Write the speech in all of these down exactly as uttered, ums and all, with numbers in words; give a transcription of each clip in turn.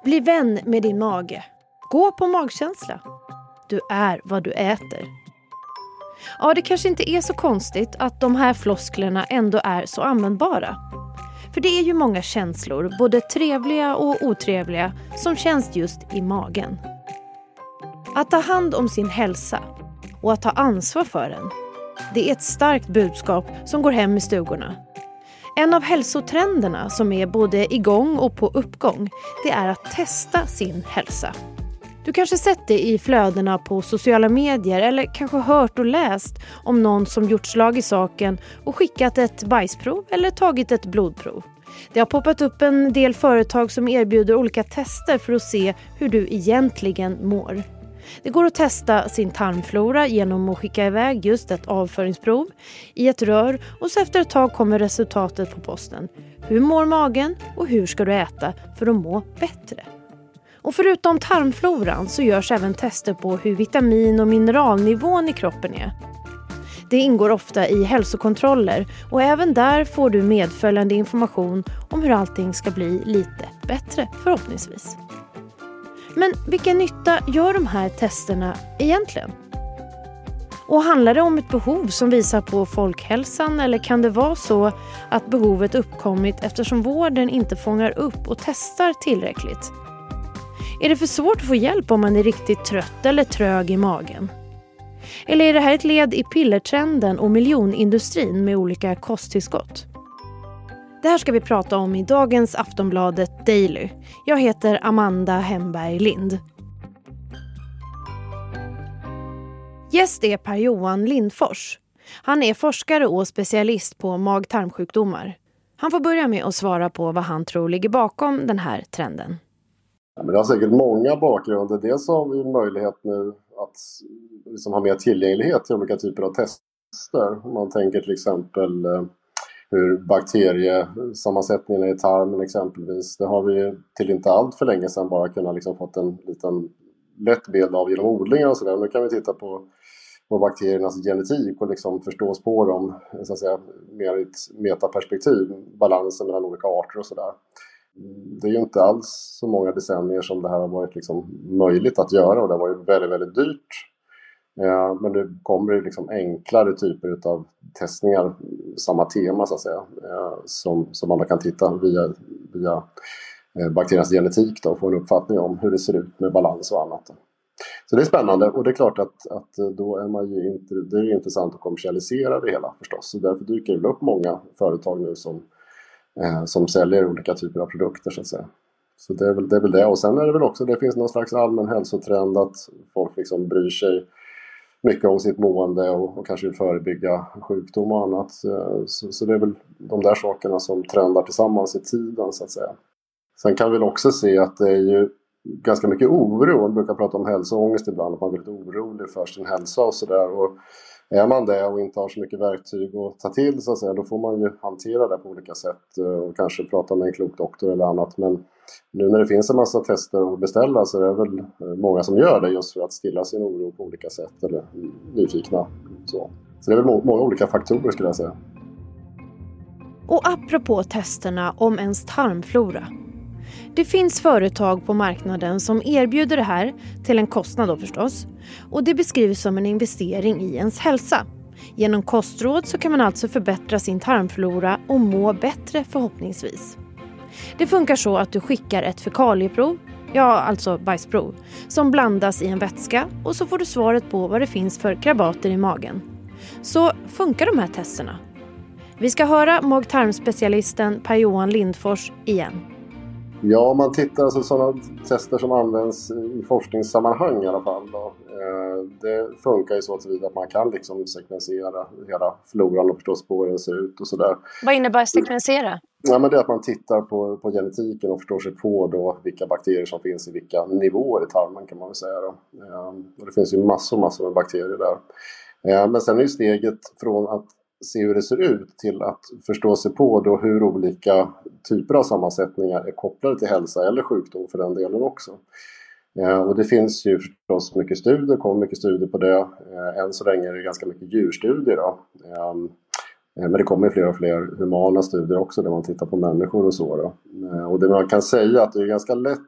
Bli vän med din mage. Gå på magkänsla. Du är vad du äter. Ja, det kanske inte är så konstigt att de här flosklerna ändå är så användbara. För det är ju många känslor, både trevliga och otrevliga, som känns just i magen. Att ta hand om sin hälsa och att ta ansvar för den, det är ett starkt budskap som går hem i stugorna. En av hälsotrenderna som är både igång och på uppgång, det är att testa sin hälsa. Du kanske sett det i flödena på sociala medier eller kanske hört och läst om någon som gjort slag i saken och skickat ett bajsprov eller tagit ett blodprov. Det har poppat upp en del företag som erbjuder olika tester för att se hur du egentligen mår. Det går att testa sin tarmflora genom att skicka iväg just ett avföringsprov i ett rör och så efter ett tag kommer resultatet på posten. Hur mår magen och hur ska du äta för att må bättre? Och förutom tarmfloran så görs även tester på hur vitamin- och mineralnivån i kroppen är. Det ingår ofta i hälsokontroller och även där får du medföljande information om hur allting ska bli lite bättre förhoppningsvis. Men vilken nytta gör de här testerna egentligen? Och handlar det om ett behov som visar på folkhälsan eller kan det vara så att behovet uppkommit eftersom vården inte fångar upp och testar tillräckligt? Är det för svårt att få hjälp om man är riktigt trött eller trög i magen? Eller är det här ett led i pillertrenden och miljonindustrin med olika kosttillskott? Det här ska vi prata om i dagens Aftonbladet Daily. Jag heter Amanda Hemberg Lind. Gäst är Per-Johan Lindfors. Han är forskare och specialist på mag-tarmsjukdomar. Han får börja med att svara på vad han tror ligger bakom den här trenden. Ja, men det har säkert många bakgrunder. Dels har vi en möjlighet nu att liksom ha mer tillgänglighet till olika typer av tester. Om man tänker till exempel hur bakteriesammansättningen i tarmen exempelvis. Det har vi till inte allt för länge sedan bara kunnat liksom fått en liten lätt bild av genom odlingar och sådär. Nu kan vi titta på, på bakteriernas genetik och liksom förstå oss på dem så att säga, mer i ett metaperspektiv. Balansen mellan olika arter och sådär. Det är ju inte alls så många decennier som det här har varit liksom möjligt att göra och det har varit väldigt, väldigt dyrt. Ja, men nu kommer det liksom enklare typer av testningar, samma tema så att säga, ja, som, som man kan titta via, via bakteriernas genetik då, och få en uppfattning om hur det ser ut med balans och annat. Så det är spännande och det är klart att, att då är man ju inte, det är intressant att kommersialisera det hela förstås. Så därför dyker det upp många företag nu som som säljer olika typer av produkter så att säga. Så det är väl det, är väl det. Och sen är det väl också, det finns någon slags allmän hälsotrend att folk liksom bryr sig mycket om sitt mående och, och kanske vill förebygga sjukdom och annat. Så, så det är väl de där sakerna som trendar tillsammans i tiden så att säga. Sen kan vi väl också se att det är ju ganska mycket oro. Man brukar prata om hälsoångest ibland och man är lite orolig för sin hälsa och sådär. Och är man det och inte har så mycket verktyg att ta till så att säga, då får man ju hantera det på olika sätt och kanske prata med en klok doktor eller annat. Men nu när det finns en massa tester att beställa så är det väl många som gör det just för att stilla sin oro på olika sätt eller nyfikna. Så, så det är väl må- många olika faktorer skulle jag säga. Och apropå testerna om ens tarmflora. Det finns företag på marknaden som erbjuder det här till en kostnad då förstås. Och det beskrivs som en investering i ens hälsa. Genom kostråd så kan man alltså förbättra sin tarmflora och må bättre förhoppningsvis. Det funkar så att du skickar ett fekalieprov, ja alltså bajsprov, som blandas i en vätska och så får du svaret på vad det finns för krabater i magen. Så funkar de här testerna? Vi ska höra mag-tarmspecialisten Per-Johan Lindfors igen. Ja, om man tittar alltså sådana tester som används i forskningssammanhang i alla fall då, eh, det funkar ju så att man kan liksom sekvensera hela floran och förstås på hur den ser ut och sådär. Vad innebär sekvensera? Ja, men det är att man tittar på, på genetiken och förstår sig på då vilka bakterier som finns i vilka nivåer i tarmen kan man väl säga då. Eh, och det finns ju massor, massor med bakterier där. Eh, men sen är ju steget från att se hur det ser ut till att förstå sig på då hur olika typer av sammansättningar är kopplade till hälsa eller sjukdom för den delen också. Eh, och det finns ju förstås mycket studier, det kommer mycket studier på det. Eh, än så länge är det ganska mycket djurstudier då. Eh, men det kommer fler och fler humana studier också där man tittar på människor och så då. Eh, och det man kan säga att det är ganska lätt i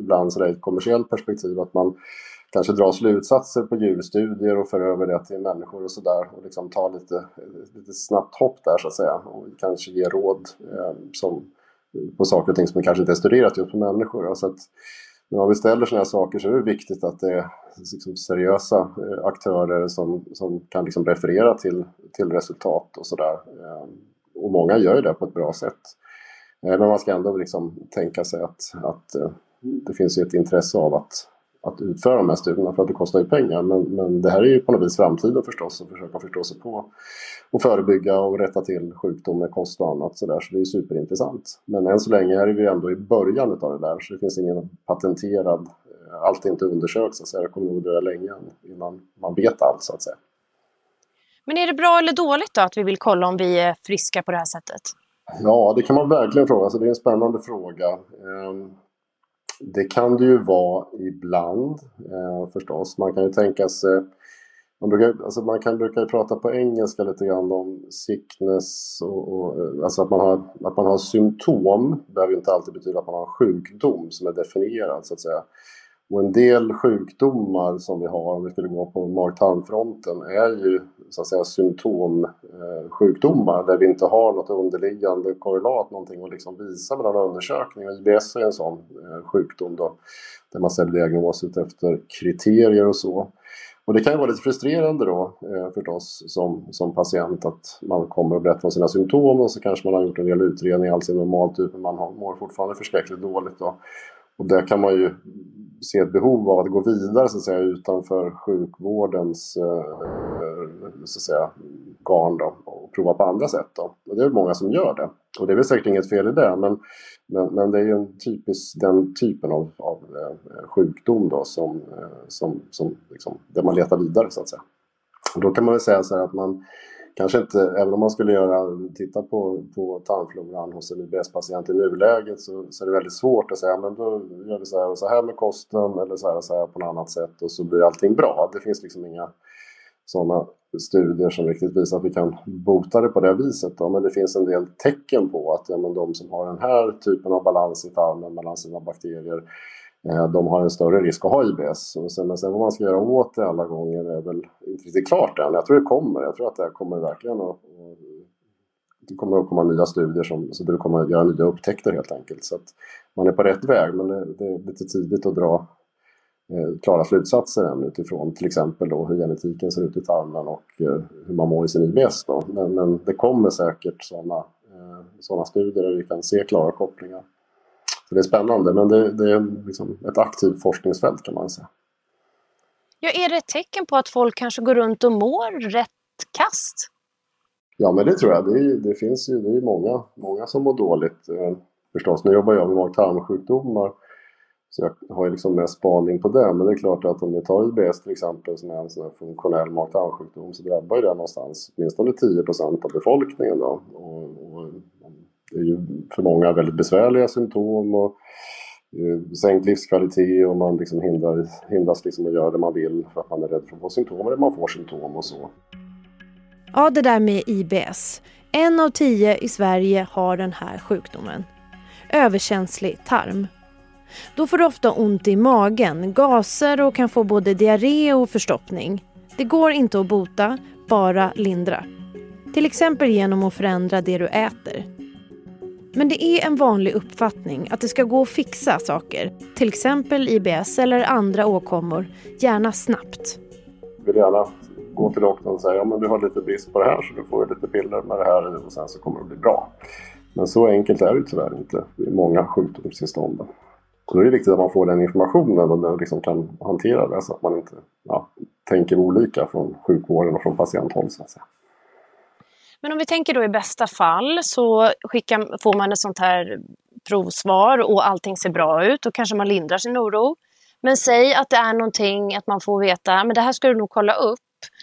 ibland så är det ett kommersiellt perspektiv att man kanske drar slutsatser på djurstudier och för över det till människor och sådär och liksom tar lite, lite snabbt hopp där så att säga och kanske ger råd eh, som, på saker och ting som kanske inte är studerat just på människor. Så att när vi ställer sådana här saker så är det viktigt att det är liksom seriösa eh, aktörer som, som kan liksom referera till, till resultat och sådär. Eh, och många gör ju det på ett bra sätt. Eh, men man ska ändå liksom tänka sig att, att eh, det finns ju ett intresse av att att utföra de här studierna för att det kostar ju pengar. Men, men det här är ju på något vis framtiden förstås att försöka förstå sig på och förebygga och rätta till sjukdom med kost och annat så där. Så det är ju superintressant. Men än så länge är vi ändå i början av det där så det finns ingen patenterad, allt är inte undersökt så att säga. Det kommer nog dröja länge innan man vet allt så att säga. Men är det bra eller dåligt då att vi vill kolla om vi är friska på det här sättet? Ja, det kan man verkligen fråga. Så det är en spännande fråga. Det kan det ju vara ibland eh, förstås. Man kan ju tänka sig, man, brukar, alltså man kan brukar ju prata på engelska lite grann om sickness och, och alltså att man har, att man har symptom behöver inte alltid betyda att man har en sjukdom som är definierad så att säga. Och en del sjukdomar som vi har, om vi skulle gå på mag-tarmfronten, är ju så att säga symptomsjukdomar eh, där vi inte har något underliggande korrelat, någonting att liksom visa med några undersökningar. I B S är en sån eh, sjukdom då, där man ställer diagnos ut efter kriterier och så. Och det kan ju vara lite frustrerande då eh, förstås som, som patient att man kommer och berättar om sina symptom och så kanske man har gjort en del utredning, allt ser normalt ut men man har, mår fortfarande förskräckligt dåligt då. Och där kan man ju se ett behov av att gå vidare så att säga, utanför sjukvårdens eh, så att säga, garn då, och prova på andra sätt. Då. Och det är många som gör det. Och det är väl säkert inget fel i det, men, men, men det är ju en typisk, den typen av, av eh, sjukdom då, som, eh, som, som liksom, där man letar vidare så att säga. Och då kan man väl säga så här att man kanske inte, även om man skulle göra, titta på, på tarmfloran hos en I B S-patient i nuläget så, så är det väldigt svårt att säga men då gör vi så här och så här med kosten eller så här och så här på något annat sätt och så blir allting bra. Det finns liksom inga sådana studier som riktigt visar att vi kan bota det på det viset då. Men det finns en del tecken på att ja, men de som har den här typen av balans i tarmen mellan sina bakterier de har en större risk att ha I B S. Och sen, men sen vad man ska göra åt det alla gånger är väl inte riktigt klart än. Jag tror det kommer. Jag tror att det kommer verkligen att, och det kommer att komma nya studier som, så det kommer att göra nya upptäckter helt enkelt. Så att man är på rätt väg men det, det är lite tidigt att dra eh, klara slutsatser än utifrån till exempel då hur genetiken ser ut i tarmen och eh, hur man mår i sin I B S då. Men, men det kommer säkert sådana eh, sådana studier där vi kan se klara kopplingar. Det är spännande, men det, det är liksom ett aktivt forskningsfält kan man säga. Ja, är det ett tecken på att folk kanske går runt och mår rätt kast? Ja, men det tror jag. Det, är, det finns ju det är många, många som mår dåligt. Eh, förstås, nu jobbar jag med mag-tarmsjukdomar så jag har ju liksom mest spaning på det. Men det är klart att om vi tar I B S till exempel som är en sån här funktionell mag-tarmsjukdom så drabbar ju det någonstans åtminstone tio procent av befolkningen då. Och, och det är ju för många väldigt besvärliga symptom och eh, sänkt livskvalitet och man liksom hindrar, hindras liksom att göra det man vill för att man är rädd för att få symptom eller man får symptom och så. Ja, det där med I B S. En av tio i Sverige har den här sjukdomen. Överkänslig tarm. Då får du ofta ont i magen, gaser och kan få både diarré och förstoppning. Det går inte att bota, bara lindra. Till exempel genom att förändra det du äter. Men det är en vanlig uppfattning att det ska gå att fixa saker, till exempel I B S eller andra åkommor, gärna snabbt. Jag vill gärna gå till doktorn och säga ja, men du har lite brist på det här så du får lite piller med det här och sen så kommer det bli bra. Men så enkelt är det tyvärr inte i många sjukdomstillstånd. Och då är det viktigt att man får den informationen och den liksom kan hantera det så att man inte ja, tänker olika från sjukvården och från patienthåll så att säga. Men om vi tänker då i bästa fall så skickar, får man ett sånt här provsvar och allting ser bra ut och kanske man lindrar sin oro. Men säg att det är någonting att man får veta, men det här ska du nog kolla upp.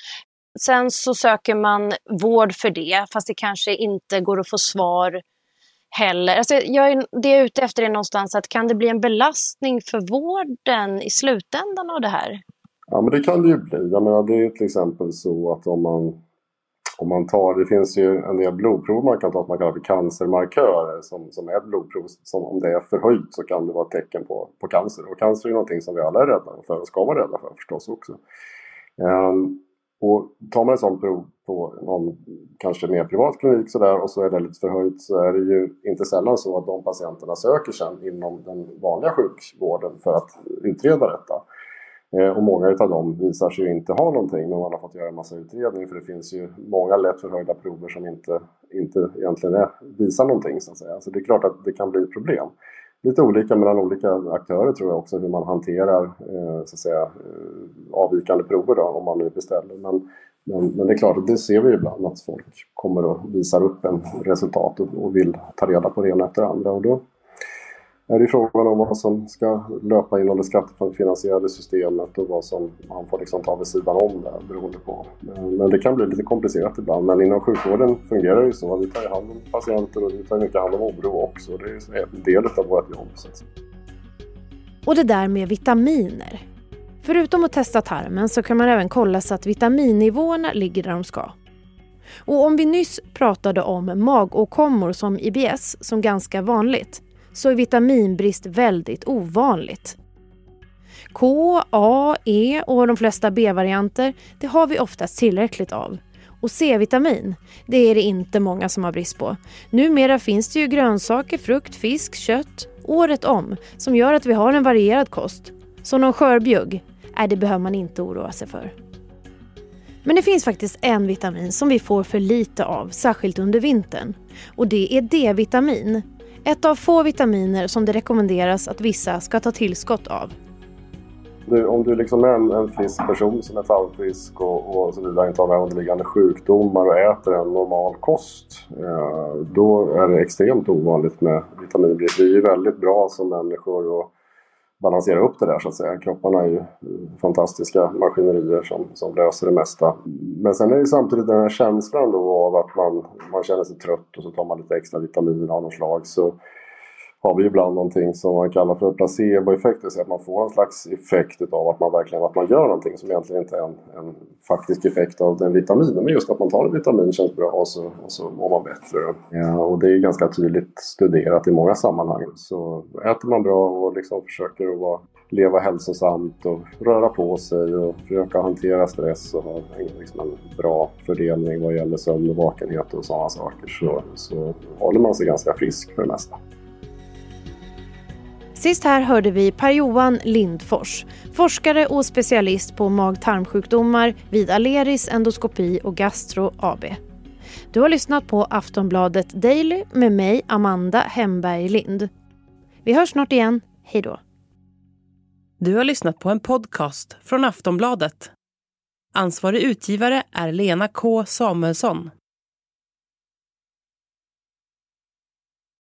Sen så söker man vård för det fast det kanske inte går att få svar heller. Alltså jag är, det jag är ute efter är någonstans att kan det bli en belastning för vården i slutändan av det här? Ja men det kan det ju bli. Jag menar det är till exempel så att om man om man tar, det finns ju en del blodprov man kan ta att man kallar för cancermarkörer som, som är ett blodprov som om det är förhöjt så kan det vara ett tecken på, på cancer. Och cancer är någonting som vi alla är rädda för och ska vara rädda för förstås också. Um, och tar man ett sånt prov på någon kanske mer privat klinik så där, och så är det lite förhöjt så är det ju inte sällan så att de patienterna söker sen inom den vanliga sjukvården för att utreda detta. Och många av dem visar sig ju inte ha någonting, men man har fått göra en massa utredning för det finns ju många lätt förhöjda prover som inte, inte egentligen är, visar någonting så att säga. Så det är klart att det kan bli ett problem. Lite olika mellan olika aktörer tror jag också hur man hanterar eh, så att säga, eh, avvikande prover då, om man nu beställer. Men, men, men det är klart att det ser vi ibland att folk kommer och visar upp en resultat och, och vill ta reda på det ena efter andra och då är det frågan om vad som ska löpa inom det skattefinansierade systemet och vad som man får liksom ta vid sidan om det beroende på. Men det kan bli lite komplicerat ibland. Men inom sjukvården fungerar det ju så att vi tar hand om patienter och vi tar mycket hand om oro också. Det är en del av vårt jobb. Och det där med vitaminer. Förutom att testa tarmen så kan man även kolla så att vitaminnivåerna ligger där de ska. Och om vi nyss pratade om magåkommor som I B S som ganska vanligt, så är vitaminbrist väldigt ovanligt. K, A, E och de flesta B-varianter, det har vi oftast tillräckligt av. Och C-vitamin, det är det inte många som har brist på. Numera finns det ju grönsaker, frukt, fisk, kött, året om, som gör att vi har en varierad kost. Så någon skörbjugg, nej, det behöver man inte oroa sig för. Men det finns faktiskt en vitamin som vi får för lite av, särskilt under vintern. Och det är D-vitamin. Ett av få vitaminer som det rekommenderas att vissa ska ta tillskott av. Du, om du liksom är en, en frisk person som är tarmfrisk och, och så vidare, inte har några underliggande sjukdomar och äter en normal kost, eh, då är det extremt ovanligt med vitaminbrist. Vi är ju väldigt bra som människor att balansera upp det där så att säga. Kropparna är ju fantastiska maskinerier som, som löser det mesta. Men sen är det samtidigt den här känslan då av att man, man känner sig trött och så tar man lite extra vitamin av något slag, så har vi ibland någonting som man kallar för placeboeffekt. Det vill säga att man får en slags effekt av att man verkligen att man gör någonting som egentligen inte är en, en faktisk effekt av den vitaminen. Men just att man tar en vitamin känns bra och så, och så mår man bättre. Ja, och det är ganska tydligt studerat i många sammanhang. Så äter man bra och liksom försöker att vara, leva hälsosamt och röra på sig och försöka hantera stress och ha liksom en bra fördelning vad gäller sömn och vakenhet och sådana saker, så, så håller man sig ganska frisk för det mesta. Sist här hörde vi Per-Johan Lindfors, forskare och specialist på mag-tarmsjukdomar vid Aleris Endoskopi och Gastro A B. Du har lyssnat på Aftonbladet Daily med mig, Amanda Hemberg Lind. Vi hörs snart igen. Hej då. Du har lyssnat på en podcast från Aftonbladet. Ansvarig utgivare är Lena K. Samuelsson.